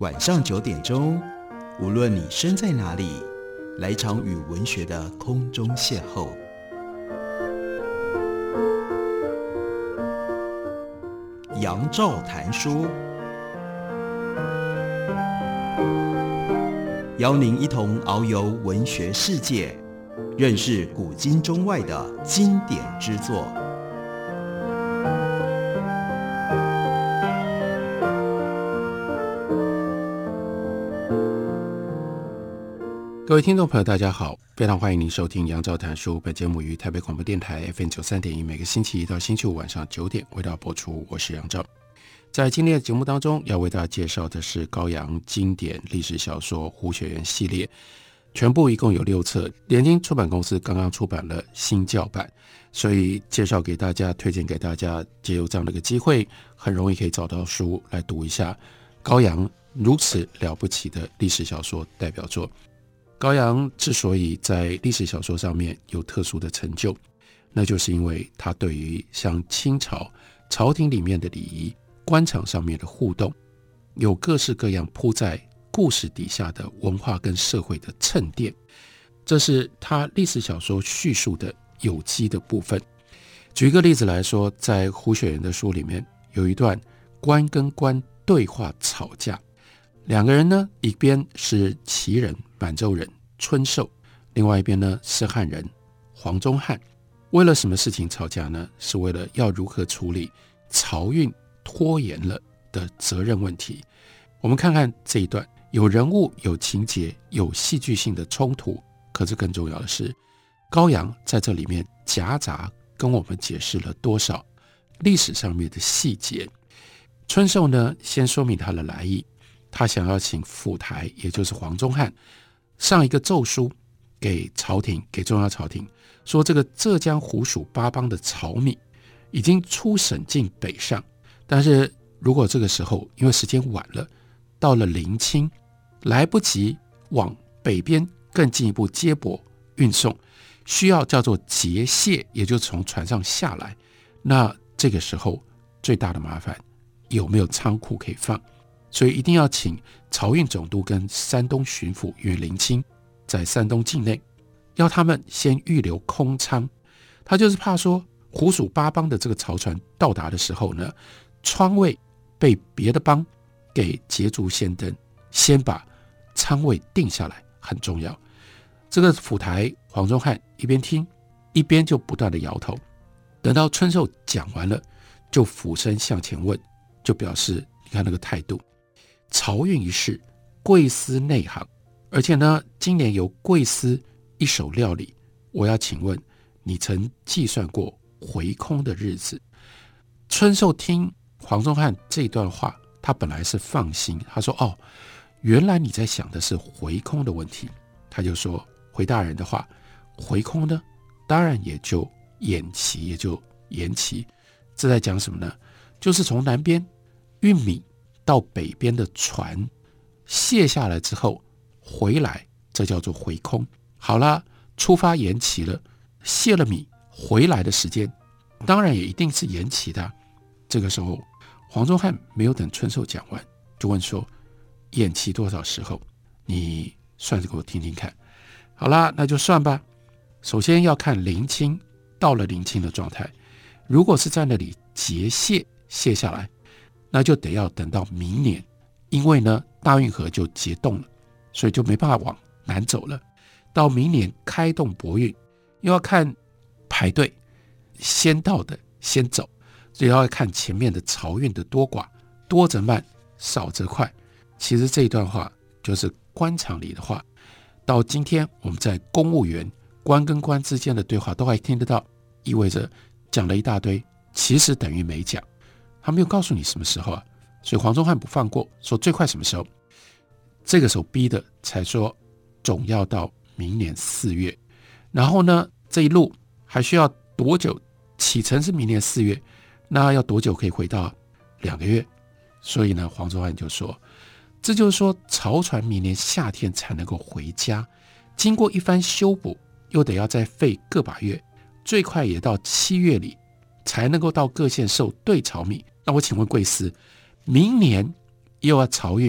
晚上9点钟，无论你身在哪里，来一场与文学的空中邂逅。杨照谈书，邀您一同遨游文学世界，认识古今中外的经典之作。 各位听众朋友大家好，非常欢迎您收听杨照谈书。本节目于台北广播电台 FM93.1， 每个星期一到星期五晚上9点为大家播出。我是杨照。在今天的节目当中，要为大家介绍的是高阳经典历史小说《胡雪岩》系列，全部一共有6册，联经出版公司刚刚出版了新校版，所以介绍给大家，推荐给大家，借由这样的一个机会，很容易可以找到书来读一下高阳如此了不起的历史小说代表作。高阳之所以在历史小说上面有特殊的成就，那就是因为他对于像清朝朝廷里面的礼仪、官场上面的互动，有各式各样铺在故事底下的文化跟社会的衬垫，这是他历史小说叙述的有机的部分。举一个例子来说，在胡雪岩的书里面有一段官跟官对话吵架，两个人呢，一边是齐人满洲人春寿，另外一边呢是汉人黄宗汉。为了什么事情吵架呢？是为了要如何处理漕运拖延了的责任问题。我们看看这一段，有人物、有情节、有戏剧性的冲突，可是更重要的是，高阳在这里面夹杂跟我们解释了多少历史上面的细节。春寿呢，先说明他的来意，他想要请府台，也就是黄宗汉，上一个奏书给朝廷，给中央朝廷，说这个浙江湖属八邦的漕米已经出省进北上，但是如果这个时候因为时间晚了，到了临清来不及往北边更进一步接驳运送，需要叫做截卸，也就是从船上下来，那这个时候最大的麻烦有没有仓库可以放？所以一定要请漕运总督跟山东巡抚，因为临清在山东境内，要他们先预留空舱。他就是怕说湖属八邦的这个漕船到达的时候呢，窗位被别的邦给捷足先登，先把舱位定下来很重要。这个府台黄宗汉一边听一边就不断的摇头，等到春寿讲完了，就俯身向前问，就表示你看那个态度，漕运一事贵司内行，而且呢今年由贵司一手料理，我要请问你曾计算过回空的日子？春寿听黄宗汉这段话，他本来是放心，他说哦，原来你在想的是回空的问题。他就说回大人的话，回空呢当然也就延期，也就延期。这在讲什么呢？就是从南边运米到北边的船卸下来之后回来，这叫做回空。好了，出发延期了，卸了米回来的时间当然也一定是延期的。这个时候黄宗汉没有等春寿讲完，就问说延期多少时候？你算是给我听听看。好啦，那就算吧。首先要看临清，到了临清的状态，如果是在那里截卸下来，那就得要等到明年，因为呢大运河就结冻了，所以就没办法往南走了。到明年开动驳运，又要看排队，先到的先走，所以要看前面的漕运的多寡，多则慢，少则快。其实这一段话就是官场里的话，到今天我们在公务员官跟官之间的对话都还听得到，意味着讲了一大堆，其实等于没讲。他没有告诉你什么时候啊，所以黄宗汉不放过，说最快什么时候？这个时候逼的才说总要到明年4月，然后呢这一路还需要多久？启程是明年4月，那要多久可以回到？2个月。所以呢黄宗汉就说，这就是说漕船明年夏天才能够回家，经过一番修补，又得要再费个把月，最快也到7月里才能够到各县受对漕米。那我请问贵司，明年又要漕运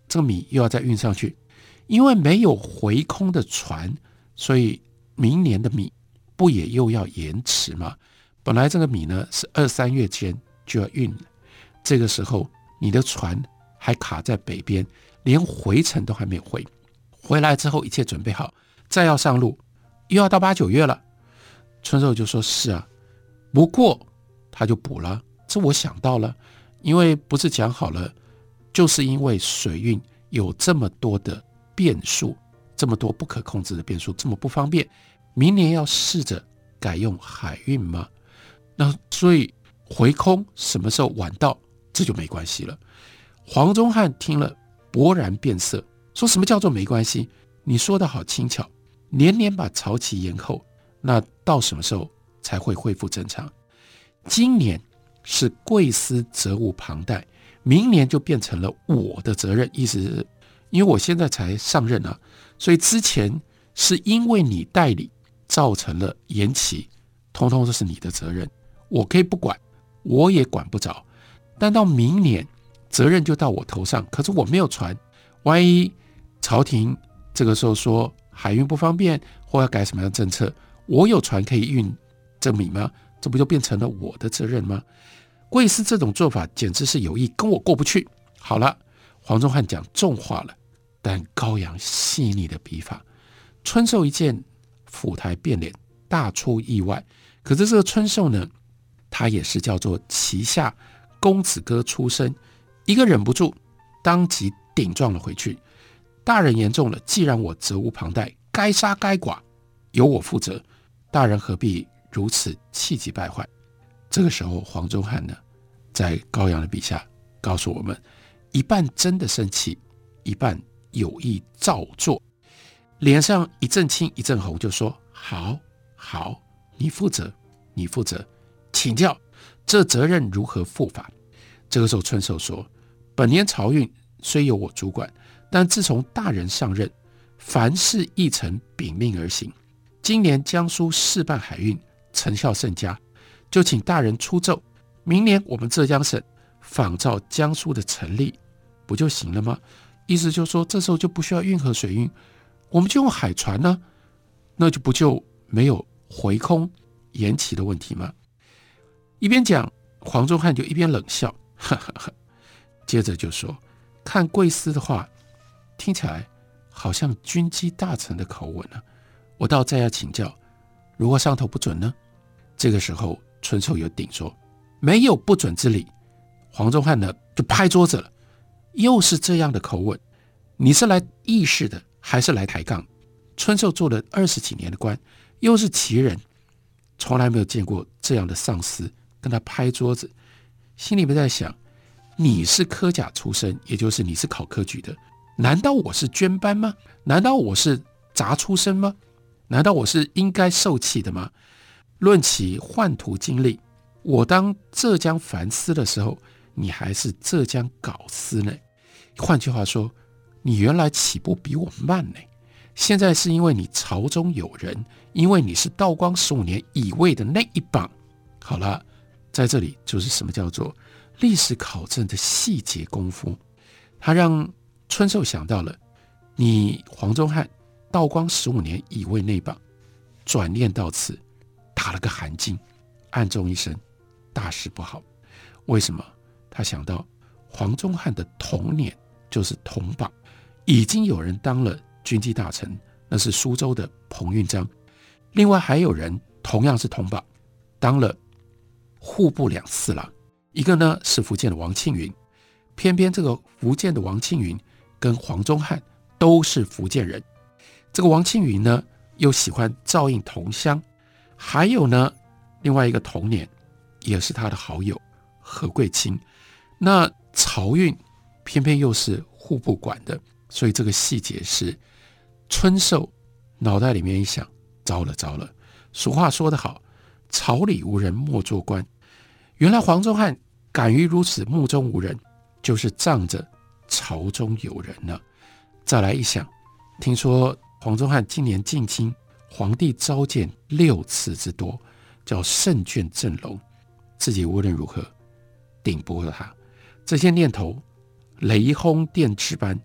这个米又要再运上去，因为没有回空的船，所以明年的米不也又要延迟吗？本来这个米呢是2、3月间就要运了，这个时候你的船还卡在北边，连回程都还没有回来之后一切准备好，再要上路，又要到8、9月了。春寿就说是啊，不过他就补了，这我想到了，因为不是讲好了，就是因为水运有这么多的变数，这么多不可控制的变数，这么不方便，明年要试着改用海运吗？那所以回空什么时候晚到，这就没关系了。黄宗汉听了勃然变色，说什么叫做没关系？你说的好轻巧，年年把潮期延后，那到什么时候才会恢复正常？今年是贵司责无旁贷，明年就变成了我的责任，意思是因为我现在才上任啊，所以之前是因为你代理造成了延期，通通都是你的责任，我可以不管，我也管不着，但到明年责任就到我头上，可是我没有船，万一朝廷这个时候说海运不方便或要改什么样的政策，我有船可以运这米吗？这不就变成了我的责任吗？贵司这种做法简直是有意跟我过不去。好了，黄宗汉讲重话了，但高阳细腻的笔法，春寿一见府台变脸，大出意外。可是这个春寿呢，他也是叫做旗下公子哥出身，一个忍不住当即顶撞了回去。大人言重了，既然我责无旁贷，该杀该剐由我负责，大人何必如此气急败坏？这个时候黄宗汉呢，在高阳的笔下告诉我们，一半真的生气，一半有意照做，脸上一阵青一阵红，就说好好，你负责，请教这责任如何负法？这个时候春寿说，本年漕运虽由我主管，但自从大人上任，凡事议程秉命而行，今年江苏试办海运成效甚佳，就请大人出奏，明年我们浙江省仿照江苏的成立不就行了吗？意思就是说这时候就不需要运河水运，我们就用海船呢，那就不就没有回空延期的问题吗？一边讲，黄宗汉就一边冷笑，呵呵呵，接着就说，看贵司的话听起来好像军机大臣的口吻啊，我倒再要请教，如果上头不准呢？这个时候春寿有顶说，没有不准之理。黄宗汉呢就拍桌子了，又是这样的口吻，你是来议事的还是来抬杠？春寿做了20几年的官，又是旗人，从来没有见过这样的上司跟他拍桌子，心里面在想，你是科甲出身，也就是你是考科举的，难道我是捐班吗？难道我是杂出身吗？难道我是应该受气的吗？论起宦途经历，我当浙江藩司的时候，你还是浙江缟司呢。换句话说，你原来起步比我慢呢。现在是因为你朝中有人，因为你是道光15年乙未的那一榜。好了，在这里就是什么叫做历史考证的细节功夫。他让春寿想到了你黄宗汉道光15年乙未那一榜，转念到此，打了个寒噤，暗中一声，大事不好。为什么？他想到黄宗汉的同年就是同榜，已经有人当了军机大臣，那是苏州的彭运章，另外还有人同样是同榜，当了户部两司郎，一个呢是福建的王庆云，偏偏这个福建的王庆云跟黄宗汉都是福建人，这个王庆云呢又喜欢照应同乡，还有呢另外一个同年也是他的好友何贵清，那漕运偏偏又是户部管的，所以这个细节是春寿脑袋里面一想，糟了糟了，俗话说得好，朝里无人莫做官，原来黄宗汉敢于如此目中无人，就是仗着朝中有人呢。再来一想，听说黄宗汉今年进京，皇帝召见6次之多，叫圣眷正隆，自己无论如何顶不过他，这些念头雷轰电掣般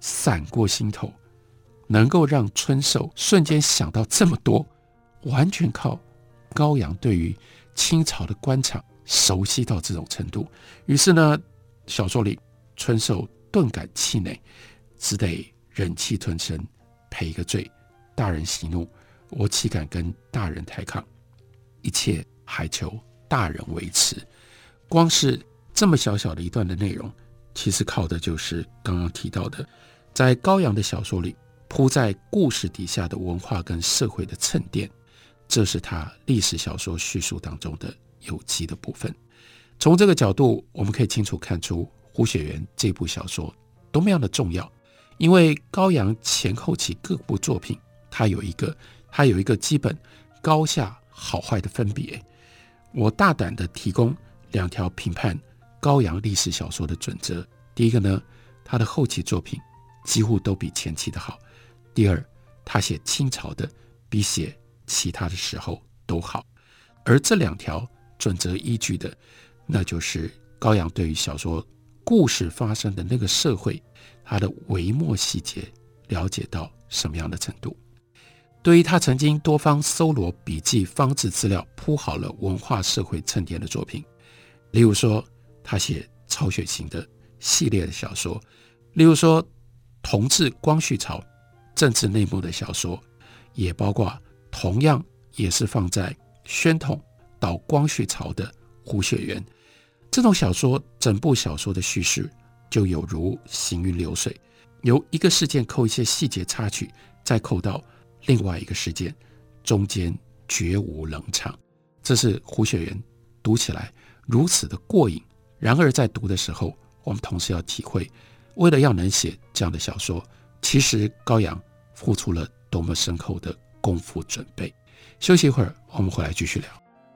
闪过心头，能够让春寿瞬间想到这么多，完全靠高阳对于清朝的官场熟悉到这种程度。于是呢，小说里春寿顿感气馁，只得忍气吞声，赔一个罪。大人息怒，我岂敢跟大人抬抗？一切还求大人维持。光是这么小小的一段的内容，其实靠的就是刚刚提到的，在高阳的小说里铺在故事底下的文化跟社会的沉淀，这是他历史小说叙述当中的有机的部分。从这个角度，我们可以清楚看出胡雪岩这部小说多么样的重要。因为高阳前后期各部作品，它有一个基本高下好坏的分别。我大胆的提供2条评判高阳历史小说的准则。第一个呢，他的后期作品几乎都比前期的好。第二，他写清朝的比写其他的时候都好。而这2条准则依据的，那就是高阳对于小说故事发生的那个社会，他的微末细节了解到什么样的程度。对于他曾经多方搜罗笔记方志资料，铺好了文化社会沉淀的作品，例如说他写曹雪芹的系列的小说，例如说同治光绪朝政治内幕的小说，也包括同样也是放在宣统到光绪朝的胡雪岩。这种小说，整部小说的叙事就有如行云流水，由一个事件扣一些细节插曲，再扣到另外一个事件，中间绝无冷场。这是胡雪岩读起来如此的过瘾。然而在读的时候，我们同时要体会，为了要能写这样的小说，其实高阳付出了多么深厚的功夫准备。休息一会儿，我们回来继续聊。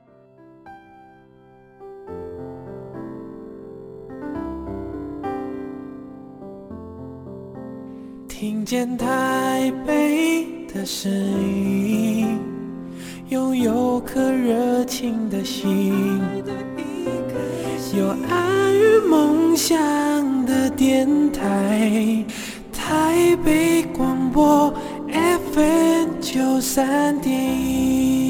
听见台北的声音，拥有颗热情的心，有爱与梦想的电台，台北广播 FM93.1。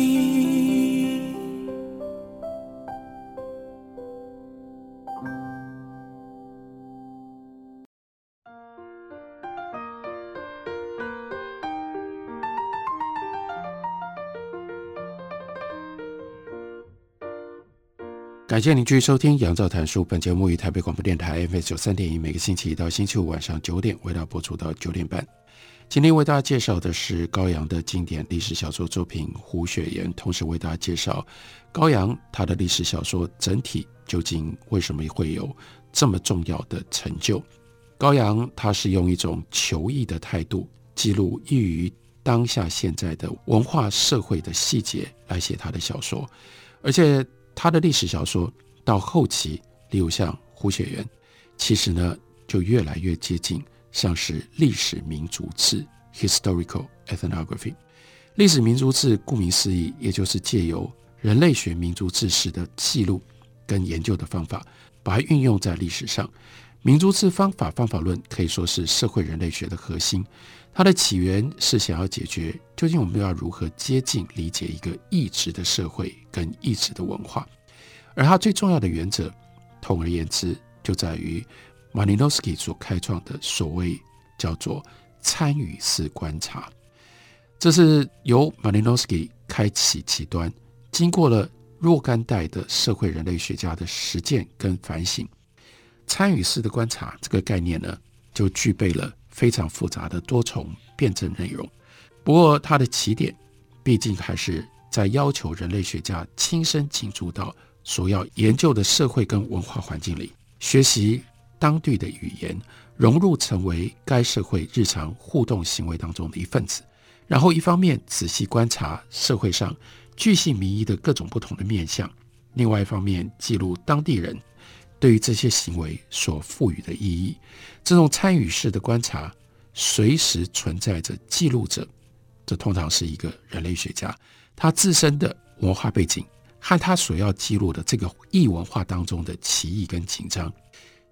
感谢您继续收听杨照谈书，本节目于台北广播电台 FM93.1，每个星期一到星期五晚上9点为大家播出到9点半。今天为大家介绍的是高阳的经典历史小说作品《胡雪岩》，同时为大家介绍高阳他的历史小说整体究竟为什么会有这么重要的成就。高阳他是用一种求异的态度，记录异于当下现在的文化社会的细节来写他的小说，而且他的历史小说到后期，例如像胡雪岩，其实呢就越来越接近像是历史民族志 historical ethnography。 历史民族志顾名思义，也就是借由人类学民族志史的记录跟研究的方法，把它运用在历史上。民族志方法论可以说是社会人类学的核心，它的起源是想要解决究竟我们要如何接近理解一个异质的社会跟异质的文化。而它最重要的原则，统而言之，就在于马林诺斯基所开创的所谓叫做参与式观察。这是由马林诺斯基开启其端，经过了若干代的社会人类学家的实践跟反省。参与式的观察这个概念呢，就具备了非常复杂的多重辩证内容。不过它的起点毕竟还是在要求人类学家亲身进入到所要研究的社会跟文化环境里，学习当地的语言，融入成为该社会日常互动行为当中的一份子，然后一方面仔细观察社会上巨细靡遗的各种不同的面向，另外一方面记录当地人对于这些行为所赋予的意义。这种参与式的观察随时存在着记录者，这通常是一个人类学家，他自身的文化背景和他所要记录的这个异文化当中的歧义跟紧张。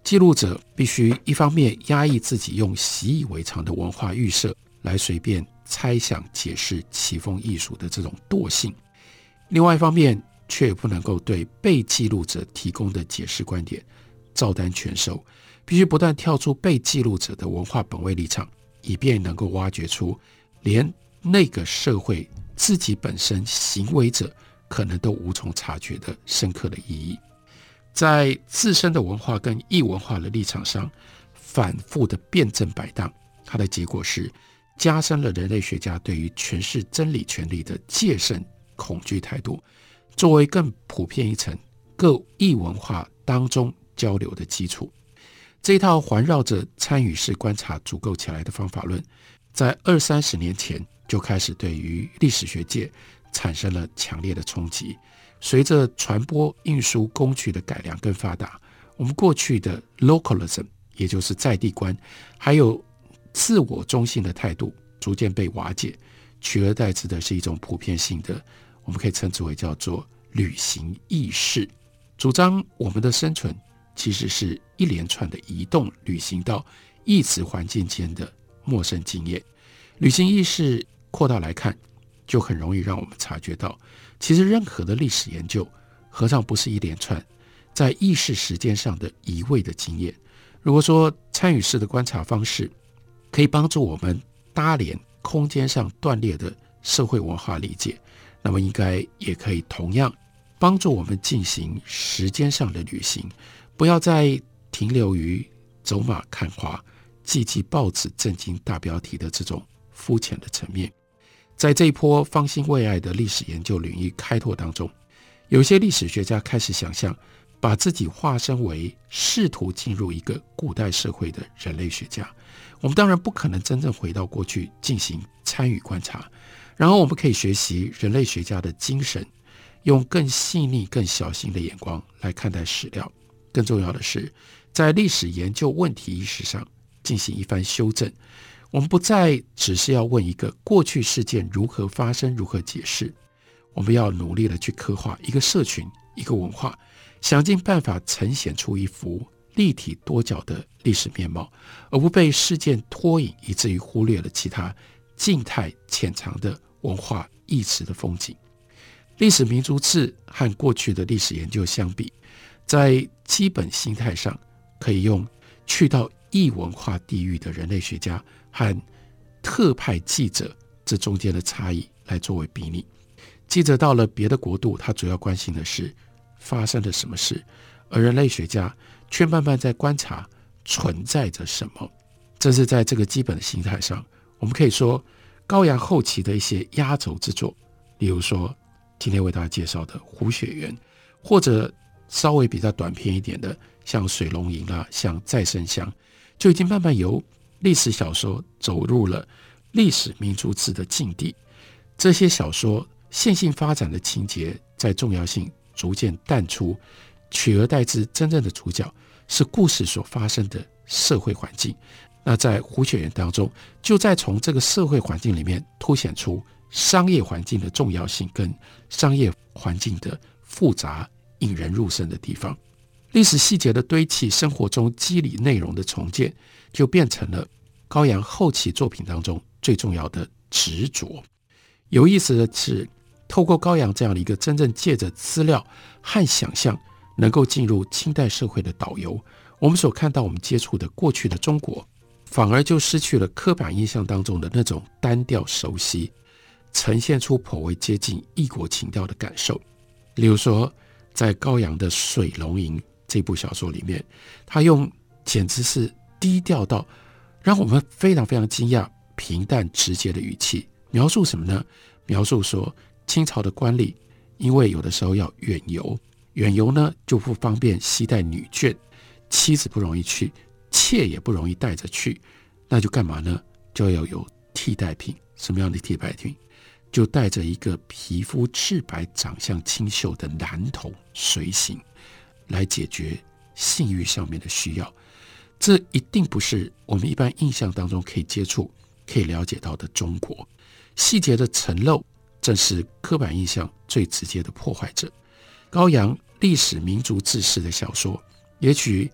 记录者必须一方面压抑自己用习以为常的文化预设来随便猜想解释奇风异俗的这种惰性，另外一方面却不能够对被记录者提供的解释观点照单全收，必须不断跳出被记录者的文化本位立场，以便能够挖掘出连那个社会自己本身行为者可能都无从察觉的深刻的意义。在自身的文化跟异文化的立场上反复的辩证摆荡，它的结果是加深了人类学家对于诠释真理权利的戒慎恐惧态度，作为更普遍一层各异文化当中交流的基础。这一套环绕着参与式观察组构起来的方法论，在20-30年前就开始对于历史学界产生了强烈的冲击。随着传播运输工具的改良更发达，我们过去的 localism 也就是在地观，还有自我中心的态度逐渐被瓦解，取而代之的是一种普遍性的，我们可以称之为叫做旅行意识，主张我们的生存其实是一连串的移动旅行到异质环境间的陌生经验。旅行意识扩大来看，就很容易让我们察觉到，其实任何的历史研究何尝不是一连串在意识时间上的移位的经验。如果说参与式的观察方式可以帮助我们搭连空间上断裂的社会文化理解，那么应该也可以同样帮助我们进行时间上的旅行，不要再停留于走马看花、记报纸震惊大标题的这种肤浅的层面。在这一波方兴未艾的历史研究领域开拓当中，有些历史学家开始想象把自己化身为试图进入一个古代社会的人类学家。我们当然不可能真正回到过去进行参与观察，然后我们可以学习人类学家的精神，用更细腻更小心的眼光来看待史料。更重要的是，在历史研究问题意识上进行一番修正。我们不再只是要问一个过去事件如何发生如何解释，我们要努力的去刻画一个社群一个文化，想尽办法呈现出一幅立体多角的历史面貌，而不被事件拖引，以至于忽略了其他静态潜藏的文化意识的风景。历史民族志和过去的历史研究相比，在基本心态上可以用去到异文化地域的人类学家和特派记者这中间的差异来作为比拟。记者到了别的国度，他主要关心的是发生了什么事，而人类学家却慢慢在观察存在着什么。这是在这个基本的心态上，我们可以说高阳后期的一些压轴之作，例如说今天为大家介绍的《胡雪岩》，或者稍微比较短篇一点的像《水龙吟》像《再生香》，就已经慢慢由历史小说走入了历史民族志的境地。这些小说线性发展的情节在重要性逐渐淡出，取而代之真正的主角是故事所发生的社会环境。那在《胡雪岩》当中，就在从这个社会环境里面凸显出商业环境的重要性跟商业环境的复杂引人入胜的地方。历史细节的堆砌，生活中肌理内容的重建，就变成了高阳后期作品当中最重要的执着。有意思的是，透过高阳这样的一个真正借着资料和想象能够进入清代社会的导游，我们所看到我们接触的过去的中国，反而就失去了刻板印象当中的那种单调熟悉，呈现出颇为接近异国情调的感受。例如说在高阳的《水龙吟》这部小说里面，他用简直是低调到让我们非常非常惊讶平淡直接的语气描述什么呢？描述说清朝的官吏因为有的时候要远游呢就不方便携带女眷，妻子不容易去，妾也不容易带着去，那就干嘛呢？就要有替代品。什么样的替代品？就带着一个皮肤赤白长相清秀的男童随行，来解决性欲上面的需要。这一定不是我们一般印象当中可以接触可以了解到的中国。细节的陈漏正是刻板印象最直接的破坏者。高阳历史民族志式的小说，也许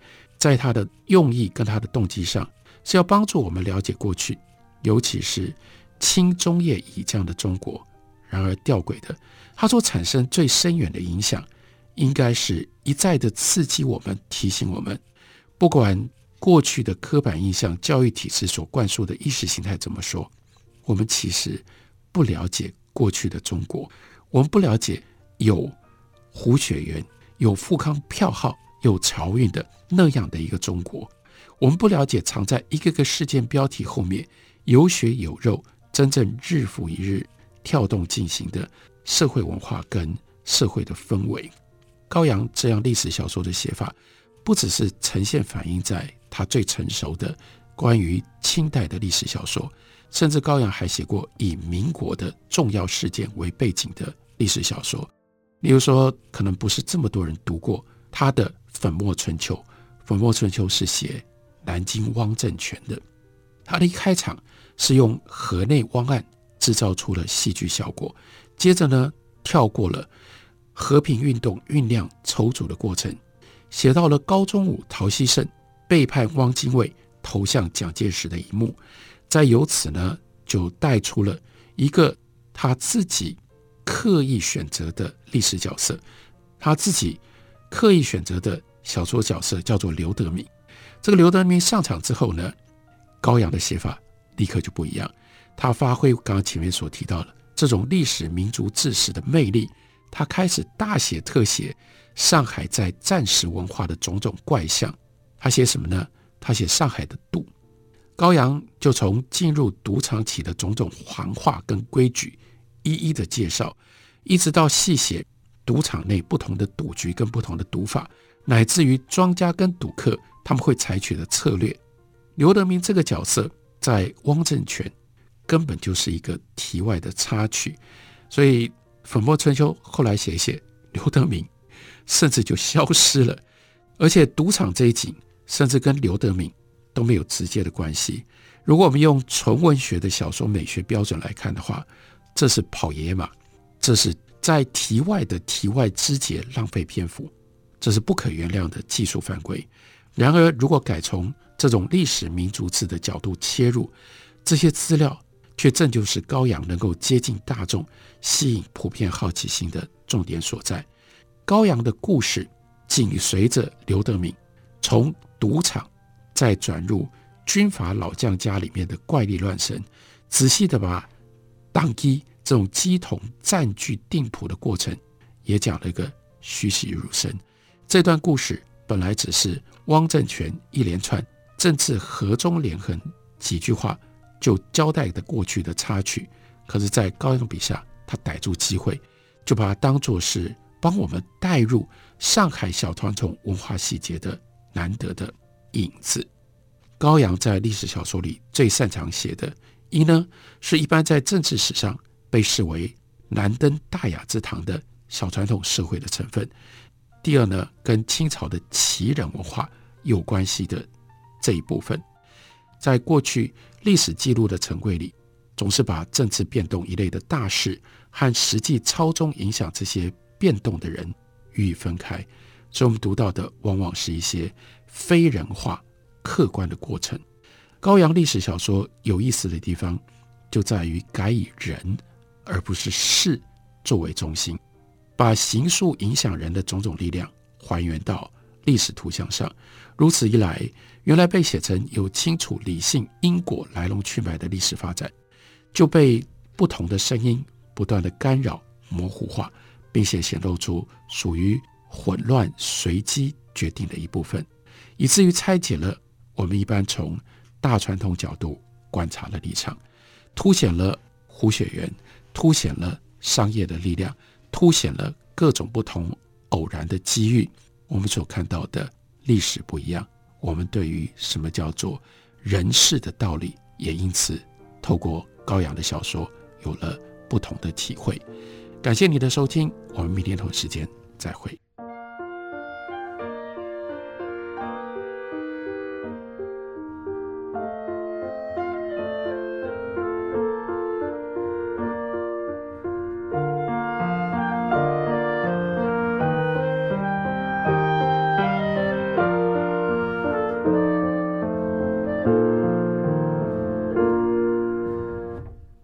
在他的用意跟他的动机上，是要帮助我们了解过去，尤其是清中叶以这样的中国。然而吊诡的，它所产生最深远的影响，应该是一再的刺激我们，提醒我们，不管过去的刻板印象、教育体制所灌输的意识形态怎么说，我们其实不了解过去的中国，我们不了解有胡雪岩、有富康票号、有漕运的那样的一个中国，我们不了解藏在一个个事件标题后面有血有肉，真正日复一日跳动进行的社会文化跟社会的氛围。高阳这样历史小说的写法，不只是呈现反映在他最成熟的关于清代的历史小说，甚至高阳还写过以民国的重要事件为背景的历史小说。例如说，可能不是这么多人读过他的《粉墨春秋》，《粉墨春秋》是写南京汪政权的，他的一开场是用河内汪案制造出了戏剧效果，接着呢跳过了和平运动酝酿筹组的过程，写到了高宗武、陶希圣背叛汪精卫投向蒋介石的一幕，再由此呢就带出了一个他自己刻意选择的历史角色，他自己刻意选择的小说角色叫做刘德明。这个刘德明上场之后呢，高阳的写法立刻就不一样，他发挥刚刚前面所提到的这种历史民族志士的魅力，他开始大写特写上海在战时文化的种种怪象。他写什么呢？他写上海的赌。高阳就从进入赌场起的种种行话跟规矩一一的介绍，一直到细写赌场内不同的赌局跟不同的赌法，乃至于庄家跟赌客他们会采取的策略。刘德明这个角色在汪政权根本就是一个题外的插曲，所以粉墨春秋后来写一写，刘德明甚至就消失了，而且赌场这一景甚至跟刘德明都没有直接的关系。如果我们用纯文学的小说美学标准来看的话，这是跑野马，这是在题外的题外枝节浪费篇幅，这是不可原谅的技术犯规。然而如果改从这种历史民族志的角度切入，这些资料却正就是高阳能够接近大众、吸引普遍好奇心的重点所在。高阳的故事紧随着刘德明从赌场再转入军阀老将家里面的怪力乱神，仔细的把当机这种鸡同占据定谱的过程也讲了一个栩栩如生。这段故事本来只是汪政权一连串政治合纵连横几句话就交代的过去的插曲，可是在高阳笔下，他逮住机会，就把它当作是帮我们带入上海小团种文化细节的难得的影子。高阳在历史小说里最擅长写的，一呢是一般在政治史上被视为难登大雅之堂的小传统社会的成分，第二呢跟清朝的旗人文化有关系的这一部分。在过去历史记录的成规里，总是把政治变动一类的大事和实际操纵影响这些变动的人予以分开，所以我们读到的往往是一些非人化客观的过程。高阳历史小说有意思的地方就在于改以人而不是事作为中心，把形塑影响人的种种力量还原到历史图像上。如此一来，原来被写成有清楚理性因果来龙去脉的历史发展，就被不同的声音不断的干扰模糊化，并且显露出属于混乱随机决定的一部分，以至于拆解了我们一般从大传统角度观察的立场，凸显了胡雪岩，凸显了商业的力量，凸显了各种不同偶然的机遇。我们所看到的历史不一样，我们对于什么叫做人事的道理，也因此透过高阳的小说有了不同的体会。感谢你的收听，我们明天同一时间再会。